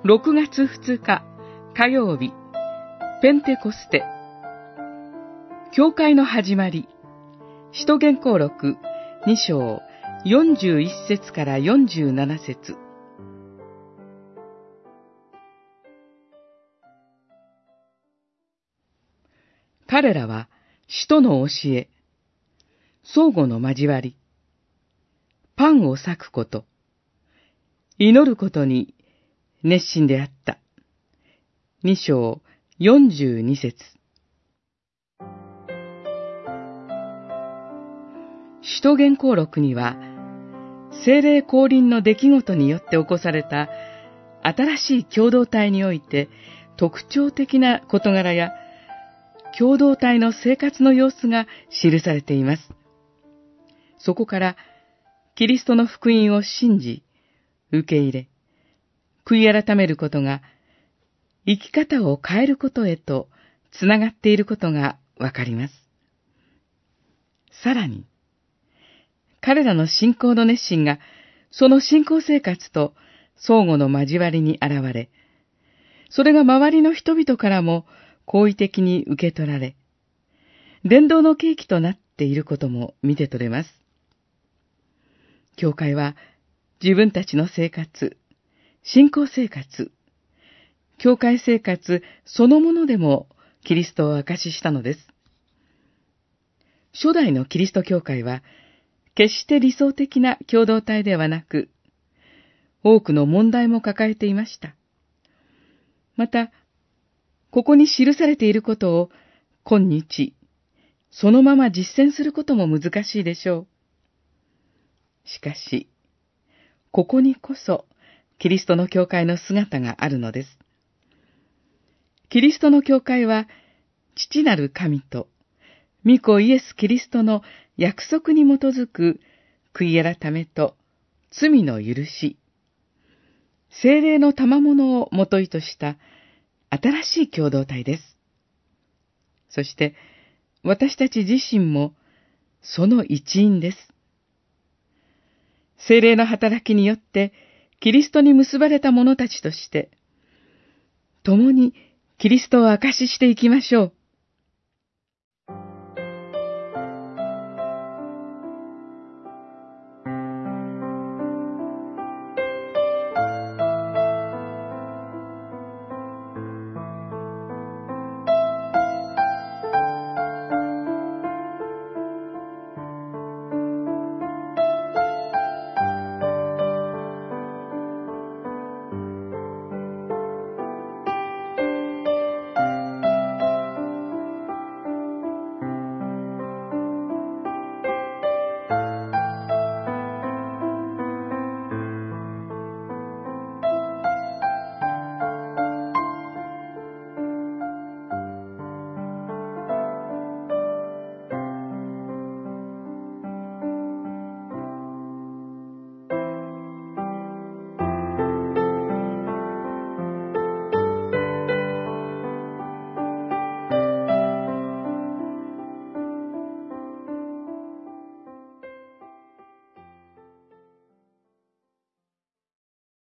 6月2日火曜日、ペンテコステ。教会の始まり。使徒言行録2章41節から47節。彼らは使徒の教え、相互の交わり、パンを裂くこと、祈ることに熱心であった。2章42節。使徒言行録には、聖霊降臨の出来事によって起こされた新しい共同体において特徴的な事柄や共同体の生活の様子が記されています。そこからキリストの福音を信じ、受け入れ、悔い改めることが生き方を変えることへとつながっていることがわかります。さらに、彼らの信仰の熱心がその信仰生活と相互の交わりに現れ、それが周りの人々からも好意的に受け取られ、伝道の契機となっていることも見て取れます。教会は自分たちの生活、信仰生活、教会生活そのものでもキリストを証ししたのです。初代のキリスト教会は、決して理想的な共同体ではなく、多くの問題も抱えていました。また、ここに記されていることを今日、そのまま実践することも難しいでしょう。しかし、ここにこそキリストの教会の姿があるのです。キリストの教会は、父なる神と、御子イエス・キリストの約束に基づく悔い改めと罪の許し、聖霊の賜物をもといとした新しい共同体です。そして、私たち自身もその一員です。聖霊の働きによってキリストに結ばれた者たちとして、共にキリストを証ししていきましょう。